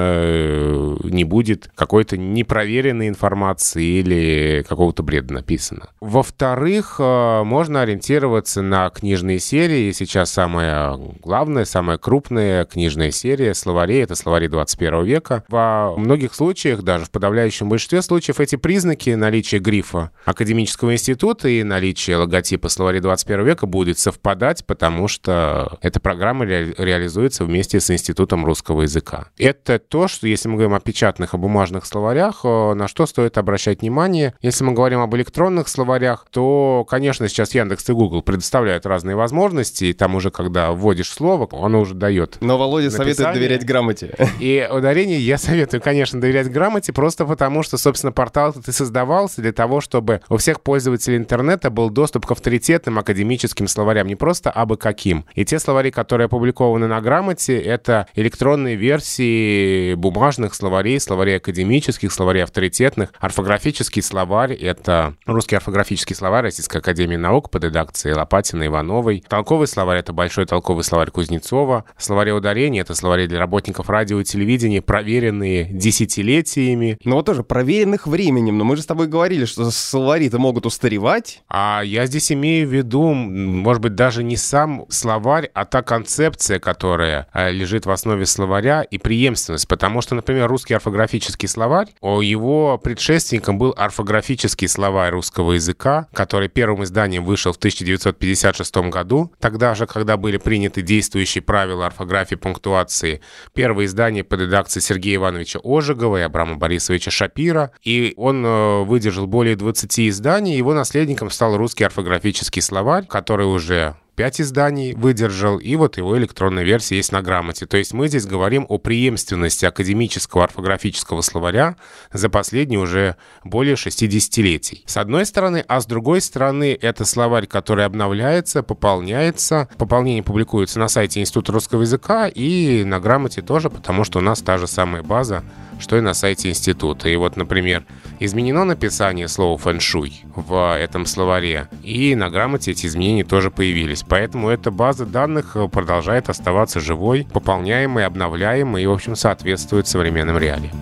точно не будет какой-то непроверенной информации или какого-то бреда написано. Во-вторых, можно ориентироваться на книжные серии. Сейчас самая главная, самая крупная книжная серия словарей, это словари 21 века. Во многих случаях, даже в подавляющем большинстве случаев, эти признаки наличия грифа Академического института и наличия логотипа словарей 21 века будет совпадать, потому что эта программа реализуется вместе с Институтом русского языка. Это то, что, если мы говорим о печатных, о бумажных словарях, на что стоит обращать внимание. Если мы говорим об электронных словарях, то, конечно, сейчас Яндекс и Google предоставляют разные возможности, и там уже, когда вводишь слово, оно уже дает. Но Володя советует доверять грамоте. И ударение я советую, конечно, доверять грамоте, просто потому что, собственно, портал ты создавался для того, чтобы у всех пользователей интернета был доступ к авторитетным академическим словарям, не просто абы каким. И те словари, которые опубликованы на грамоте, это электронные версии бумажных словарей, словарей академических, словарей авторитетных. Орфографический словарь — это русский орфографический словарь Российской академии наук под редакцией Лопатиной, Ивановой. Толковый словарь — это большой толковый словарь Кузнецова. Словари ударений — это словари для работников радио и телевидения, проверенные десятилетиями. Но вот тоже проверенных временем. Но мы же с тобой говорили, что словари-то могут устаревать. А я здесь имею в виду, может быть, даже не сам словарь, а та концепция, которая лежит в основе словаря, и преемственность. Потому что, например, русский орфографический словарь, его предшественником был орфографический словарь русского языка, который первым изданием вышел в 1956 году. Тогда же, когда были приняты действующие правила орфографии и пунктуации, первое издание под редакцией Сергея Ивановича Ожегова и Абрама Борисовича Шапира, и он выдержал более 20 изданий. Его наследником стал русский орфографический словарь, который уже 5 изданий выдержал, и вот его электронная версия есть на грамоте. То есть мы здесь говорим о преемственности академического орфографического словаря за последние уже более 60-летий. С одной стороны, а с другой стороны, это словарь, который обновляется, пополняется. Пополнение публикуется на сайте Института русского языка и на грамоте тоже, потому что у нас та же самая база, что и на сайте института. И вот, например, изменено написание слова «фэншуй» в этом словаре, и на грамоте эти изменения тоже появились. Поэтому эта база данных продолжает оставаться живой, пополняемой, обновляемой и, в общем, соответствует современным реалиям.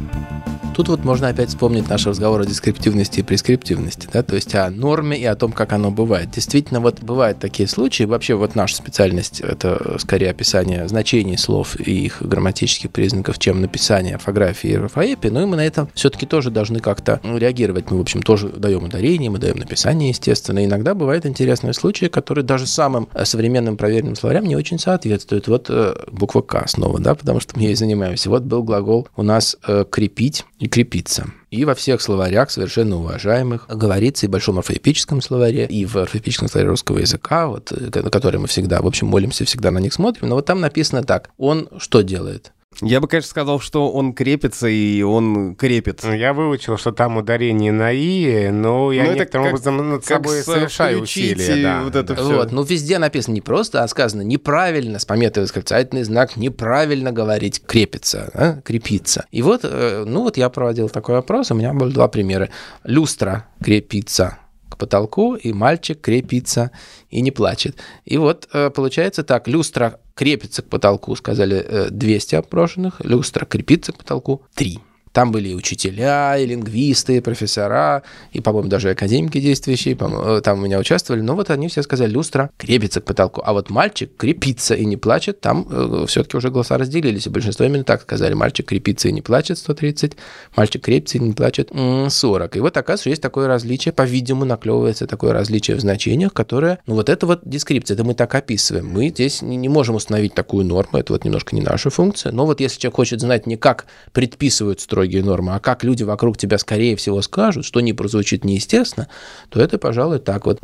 Тут вот можно опять вспомнить наш разговор о дескриптивности и прескриптивности, да, то есть о норме и о том, как оно бывает. Действительно, вот бывают такие случаи, вообще вот наша специальность — это скорее описание значений слов и их грамматических признаков, чем написание орфографии и орфоэпии, но и мы на это все-таки тоже должны как-то реагировать. Мы, в общем, тоже даем ударение, мы даем написание, естественно. И иногда бывают интересные случаи, которые даже самым современным проверенным словарям не очень соответствуют. Вот буква «К» снова, да, потому что мы ей занимаемся. Вот был глагол у нас «крепить» и «крепиться». И во всех словарях, совершенно уважаемых, говорится и в большом орфоэпическом словаре, и в орфоэпическом словаре русского языка, вот, на который мы всегда, в общем, молимся, всегда на них смотрим. Но вот там написано так: он что делает? Я бы, конечно, сказал, что он крепится и он крепит. Я выучил, что там ударение на «и», но я некоторым образом над собой совершаю усилия. Да, вот это да. все. Вот, ну, везде написано не просто, а сказано неправильно, с пометой восклицательный знак, неправильно говорить «крепится», да? «Крепиться». И вот, ну вот я проводил такой опрос, у меня были 2 примера. Люстра крепится к потолку, и мальчик крепится и не плачет. И вот получается так: люстра крепится к потолку, сказали 200 опрошенных, люстра крепится к потолку 3. Там были и учителя, и лингвисты, и профессора, и, по-моему, даже академики действующие, там у меня участвовали. Но вот они все сказали: люстра крепится к потолку. А вот мальчик крепится и не плачет, там все-таки уже голоса разделились. И большинство именно так сказали: мальчик крепится и не плачет 130, мальчик крепится и не плачет 40. И вот, оказывается, есть такое различие, по-видимому, наклевывается такое различие в значениях, которое, ну вот это вот дескрипция, это мы так описываем. Мы здесь не можем установить такую норму, это вот немножко не наша функция. Но вот если человек хочет знать не как предписывают строгие нормы, а как люди вокруг тебя, скорее всего, скажут, что не прозвучит неестественно, то это, пожалуй, так вот.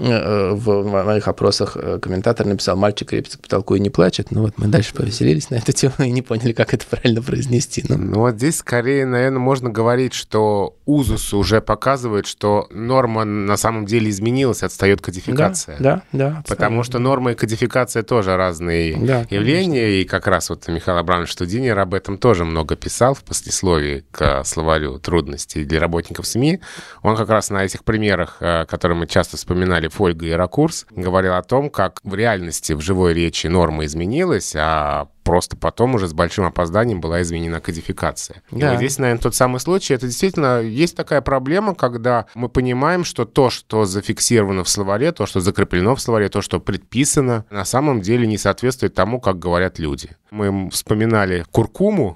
В моих опросах комментатор написал: мальчик крепится к потолку и не плачет. Ну вот мы дальше повеселились на эту тему и не поняли, как это правильно произнести. Ну вот здесь скорее, наверное, можно говорить, что узус уже показывает, что норма на самом деле изменилась, отстает кодификация. Да. Потому что норма и кодификация тоже разные явления, конечно. И как раз вот Михаил Абрамович Штудинер об этом тоже много писал в послесловии к словарю трудностей для работников СМИ. Он как раз на этих примерах, которые мы часто вспоминали, Фольга и Ракурс, говорил о том, как в реальности в живой речи норма изменилась, а просто потом уже с большим опозданием была изменена кодификация. Да. И вот здесь, наверное, тот самый случай. Это действительно есть такая проблема, когда мы понимаем, что то, что зафиксировано в словаре, то, что закреплено в словаре, то, что предписано, на самом деле не соответствует тому, как говорят люди. Мы вспоминали куркуму,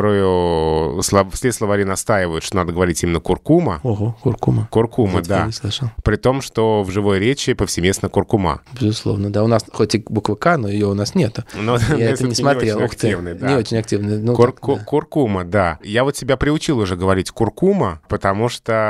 которую все словари настаивают, что надо говорить именно куркума. Ого, куркума. Куркума, вот да. При том, что в живой речи повсеместно куркума. Безусловно, да. У нас хоть и буква «К», но ее у нас нету. Я это не смотрел. Не очень активный, да. Не очень активный. Ну, куркума, да. Я вот себя приучил уже говорить куркума, потому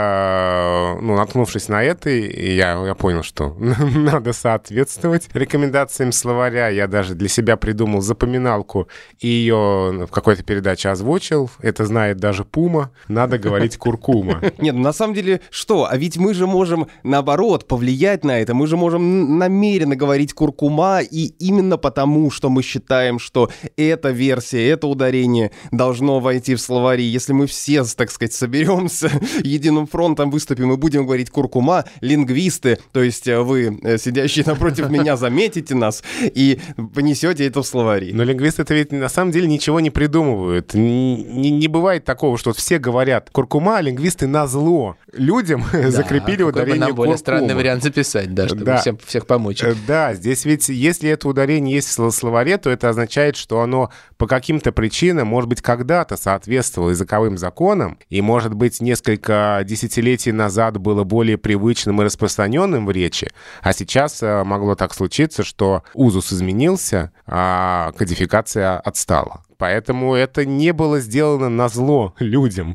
что, наткнувшись на это, я понял, что надо соответствовать рекомендациям словаря. Я даже для себя придумал запоминалку и ее в какой-то передаче озвучил. Это знает даже Пума. Надо говорить куркума. Нет, на самом деле, что? А ведь мы же можем, наоборот, повлиять на это. Мы же можем намеренно говорить куркума, и именно потому, что мы считаем, что эта версия, это ударение должно войти в словари. Если мы все, так сказать, соберемся, единым фронтом выступим и будем говорить куркума, лингвисты, то есть вы, сидящие напротив меня, заметите нас и понесете это в словари. Но лингвисты-то ведь на самом деле ничего не придумывают. Не бывает такого, что все говорят куркума, а лингвисты назло людям закрепили ударение нам более куркума. странный вариант записать, да, чтобы всех помочь. Да, здесь ведь, если это ударение есть в словаре, то это означает, что оно по каким-то причинам, может быть, когда-то соответствовало языковым законам, и, может быть, несколько десятилетий назад было более привычным и распространенным в речи, а сейчас могло так случиться, что узус изменился, а кодификация отстала. Поэтому это не было сделано назло людям.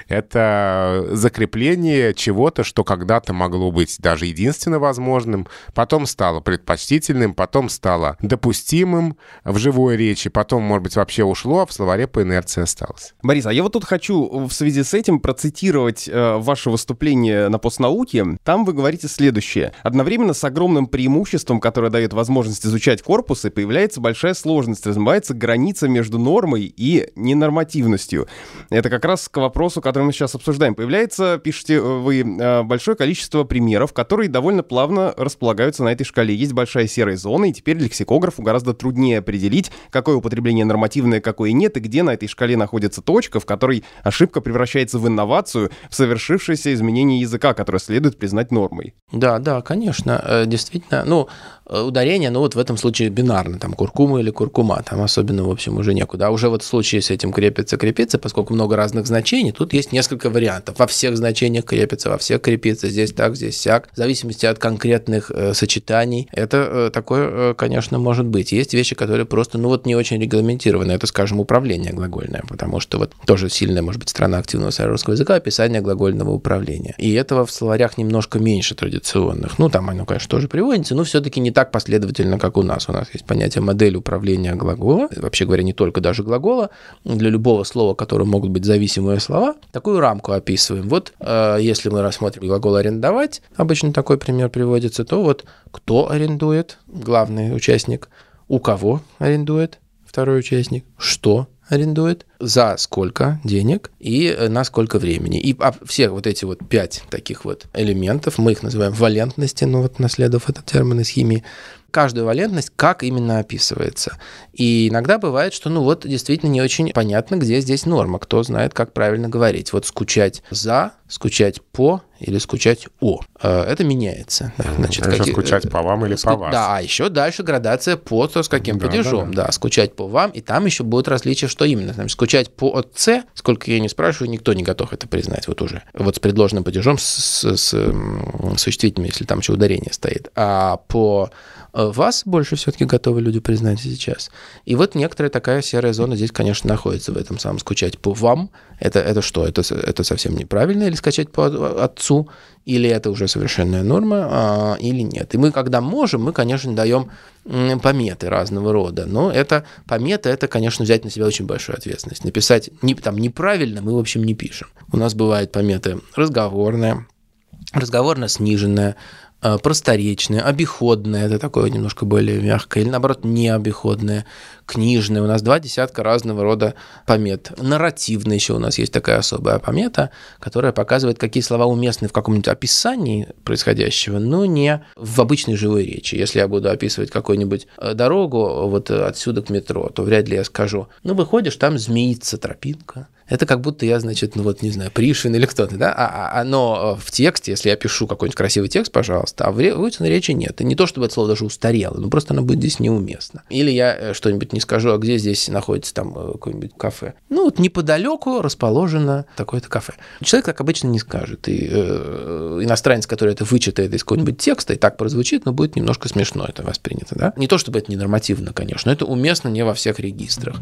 Это закрепление чего-то, что когда-то могло быть даже единственно возможным, потом стало предпочтительным, потом стало допустимым в живой речи, потом, может быть, вообще ушло, а в словаре по инерции осталось. Борис, а я вот тут хочу в связи с этим процитировать ваше выступление на постнауке. Там вы говорите следующее. Одновременно с огромным преимуществом, которое дает возможность изучать корпусы, появляется большая сложность, размывается граница между нормой и ненормативностью. Это как раз к вопросу, который мы сейчас обсуждаем. Появляется, пишете вы, большое количество примеров, которые довольно плавно располагаются на этой шкале. Есть большая серая зона, и теперь лексикографу гораздо труднее определить, какое употребление нормативное, какое нет, и где на этой шкале находится точка, в которой ошибка превращается в инновацию, в совершившееся изменение языка, которое следует признать нормой. Да, конечно. Действительно, ударение, вот в этом случае бинарно, там куркума или куркума, там особенно, в общем, уже некуда. А уже вот в случае с этим крепится, поскольку много разных значений, тут есть несколько вариантов. Во всех значениях крепится, во всех крепится, здесь так, здесь сяк. В зависимости от конкретных сочетаний. Это такое, конечно, может быть. Есть вещи, которые просто, не очень регламентированы. Это, скажем, управление глагольное, потому что вот тоже сильная, может быть, сторона активного русского языка — описание глагольного управления. И этого в словарях немножко меньше традиционных. Там оно, конечно, тоже приводится, но все-таки не так последовательно, как у нас. У нас есть понятие модель управления глагола. Вообще говоря, не только даже глагола. Для любого слова, которым могут быть зависимые слова, такую рамку описываем. Вот если мы рассмотрим глагол «арендовать», обычно такой пример приводится, то вот кто арендует, главный участник, у кого арендует, второй участник, что арендует, за сколько денег и на сколько времени. И все вот эти 5 таких элементов, мы их называем валентности, наследовав этот термин из химии, каждую валентность как именно описывается. И иногда бывает, что действительно не очень понятно, где здесь норма, кто знает, как правильно говорить. Скучать за, скучать по или скучать о. Это меняется. Значит, скучать по вам или по вас. Да, а еще дальше градация по, то с каким падежом. Да, скучать по вам, и там еще будут различия, что именно. Значит, скучать по отце, сколько я не спрашиваю, никто не готов это признать уже. С предложенным падежом, с существительным, если там еще ударение стоит. А по вас больше все-таки готовы люди признать сейчас. И некоторая такая серая зона здесь, конечно, находится в этом самом скучать по вам. Это что? Это совсем неправильно? Или скачать по отцу? Или это уже совершенная норма, или нет? И мы, когда можем, мы, конечно, даем пометы разного рода. Но пометы, это, конечно, взять на себя очень большую ответственность. Написать неправильно мы, в общем, не пишем. У нас бывают пометы разговорная, разговорно-сниженная, просторечное, обиходное, это такое немножко более мягкое, или наоборот необиходное, книжное. У нас 2 десятка разного рода помет. Нарративная еще у нас есть такая особая помета, которая показывает, какие слова уместны в каком-нибудь описании происходящего, но не в обычной живой речи. Если я буду описывать какую-нибудь дорогу отсюда к метро, то вряд ли я скажу: выходишь, там змеится тропинка. Это как будто я, не знаю, Пришвин или кто-то, да? Но в тексте, если я пишу какой-нибудь красивый текст, пожалуйста, а в устной речи нет. И не то, чтобы это слово даже устарело, просто оно будет здесь неуместно. Или я что-нибудь не скажу, а где здесь находится какое-нибудь кафе? Неподалеку расположено такое-то кафе. Человек так обычно не скажет. И иностранец, который это вычитает из какого-нибудь текста и так прозвучит, будет немножко смешно это воспринято, да? Не то, чтобы это ненормативно, конечно, но это уместно не во всех регистрах.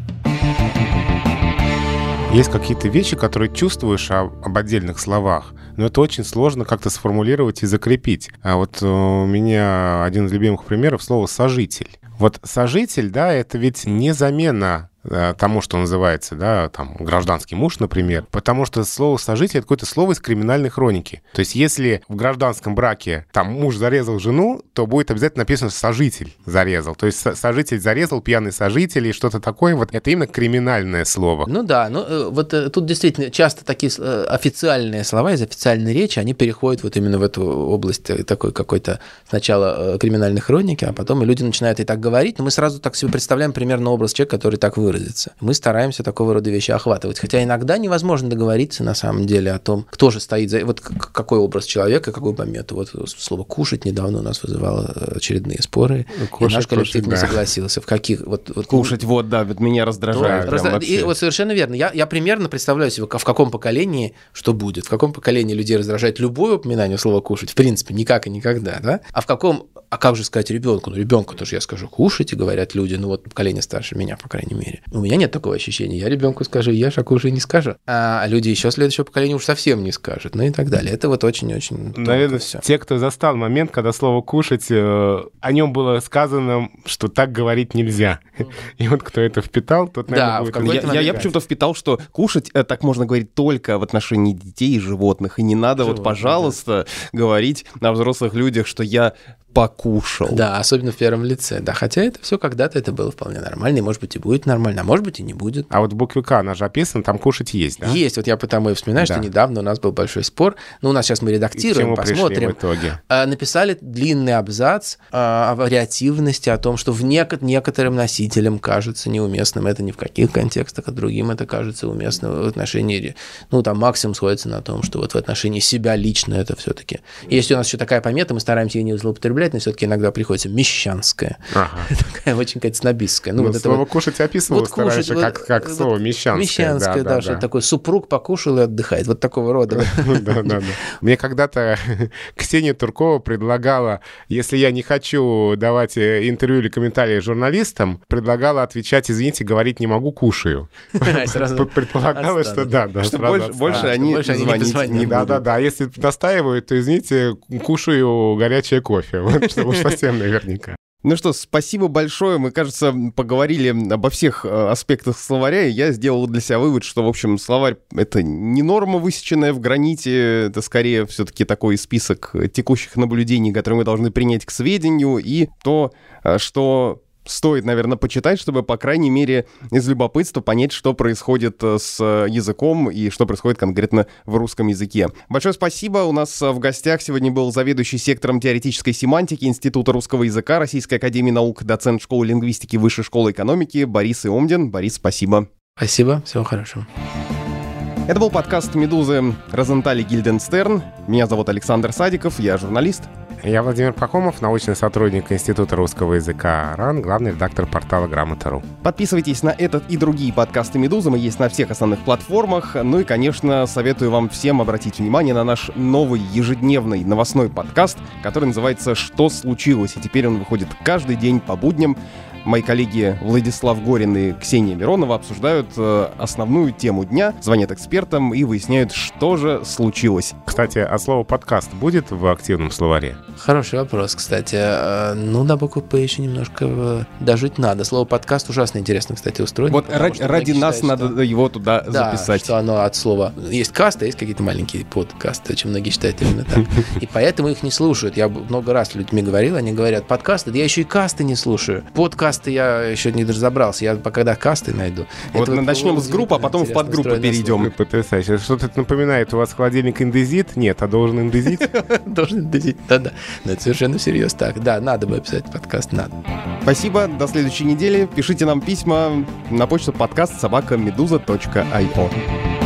Есть какие-то вещи, которые чувствуешь об отдельных словах, но это очень сложно как-то сформулировать и закрепить. А у меня один из любимых примеров — слово «сожитель». Сожитель, да, это ведь не замена тому, что называется, да, там, гражданский муж, например, потому что слово «сожитель» — это какое-то слово из криминальной хроники. То есть если в гражданском браке там муж зарезал жену, то будет обязательно написано «сожитель зарезал». То есть сожитель зарезал, пьяный сожитель и что-то такое. Вот это именно криминальное слово. Ну да, вот тут действительно часто такие официальные слова из официальной речи, они переходят вот именно в эту область такой какой-то сначала криминальной хроники, а потом и люди начинают и так говорить, но мы сразу так себе представляем примерно образ человека, который так выразится. Мы стараемся такого рода вещи охватывать. Хотя иногда невозможно договориться на самом деле о том, кто же стоит за... Вот какой образ человека, какую помету. Вот слово «кушать» недавно у нас вызывало очередные споры. Кушать, и наш коллектив не да. согласился. В каких... Кушать, вот, да, меня раздражает. И вот совершенно верно. Я примерно представляю себе, в каком поколении что будет. В каком поколении людей раздражает любое упоминание слова «кушать». В принципе, никак и никогда. Да? А в каком... А как же сказать ребенку? Ну, ребенку тоже я скажу «кушайте», говорят люди. Ну, вот поколение старше меня, по крайней мере. У меня нет такого ощущения. Я ребенку скажу «ешь», а кушай не скажу. А люди еще следующего поколения уж совсем не скажут. Ну и так далее. Это вот очень-очень... Наверное, те, кто застал момент, когда слово «кушать», о нем было сказано, что так говорить нельзя. И вот кто это впитал, тот, наверное, будет... Я почему-то впитал, что кушать так можно говорить только в отношении детей и животных. И не надо вот, пожалуйста, говорить о взрослых людях, что я покушал. Да, особенно в первом лице. Да, хотя это все когда-то это было вполне нормально, и, может быть, и будет нормально, а может быть, и не будет. А вот в букве «К» она же описана, там «кушать» есть, да? Есть, вот я потому и вспоминаю, что недавно у нас был большой спор. Ну, у нас сейчас мы редактируем, посмотрим. В итоге? Написали длинный абзац о вариативности, о том, что некоторым носителям кажется неуместным. Это ни в каких контекстах, а другим это кажется уместным в отношении... Ну, там максимум сходится на том, что вот в отношении себя лично это все-таки. Если у нас еще такая помета, мы стараемся ее не злоупотреблять, но все-таки иногда приходится мещанская. Ага. Такая очень какая-то снобистская. Ну, вот слово вот, «кушать» описывалось вот раньше как слово «мещанское». Мещанское, да, что такой супруг покушал и отдыхает. Вот такого рода. Да. Мне когда-то Ксения Туркова предлагала, если я не хочу давать интервью или комментарии журналистам, предлагала отвечать: извините, говорить не могу, кушаю. Предполагалось, что да. Больше они звонить не будут. Да. Если настаивают, то, извините, кушаю горячее кофе. Чтобы уж совсем наверняка. Ну что, спасибо большое. Мы, кажется, поговорили обо всех аспектах словаря, и я сделал для себя вывод, что, в общем, словарь — это не норма, высеченная в граните, это скорее все-таки такой список текущих наблюдений, которые мы должны принять к сведению, и то, что... стоит, наверное, почитать, чтобы, по крайней мере, из любопытства понять, что происходит с языком и что происходит конкретно в русском языке. Большое спасибо. У нас в гостях сегодня был заведующий сектором теоретической семантики Института русского языка Российской академии наук, доцент школы лингвистики Высшей школы экономики Борис Иомдин. Борис, спасибо. Спасибо. Всего хорошего. Это был подкаст «Медузы» Розенталь Гильденстерн. Меня зовут Александр Садиков, я журналист. Я Владимир Пахомов, научный сотрудник Института русского языка РАН, главный редактор портала Грамота.ру. Подписывайтесь на этот и другие подкасты «Медузы», мы есть на всех основных платформах. Ну и, конечно, советую вам всем обратить внимание на наш новый ежедневный новостной подкаст, который называется «Что случилось?». И теперь он выходит каждый день по будням. Мои коллеги Владислав Горин и Ксения Миронова обсуждают основную тему дня, звонят экспертам и выясняют, что же случилось. Кстати, а слово «подкаст» будет в активном словаре? Хороший вопрос, кстати. Ну, на букву «П» еще немножко дожить надо. Слово «подкаст» ужасно интересно, кстати, устроено. Вот ради нас считают, надо его туда записать. Что оно от слова... Есть касты, есть какие-то маленькие подкасты, очень многие считают именно так. И поэтому их не слушают. Я много раз с людьми говорил, они говорят: подкасты, да я еще и касты не слушаю. Подкасты я еще не разобрался. Я когда касты найду. Вот начнем с группы, а потом в подгруппы перейдем. Потрясающе. Что-то напоминает, у вас холодильник индезит? Нет, а должен индезит? Должен индезит, да. Но это совершенно всерьез так. Да, надо бы писать подкаст, надо. Спасибо, до следующей недели. Пишите нам письма на почту подкаст@meduza.io.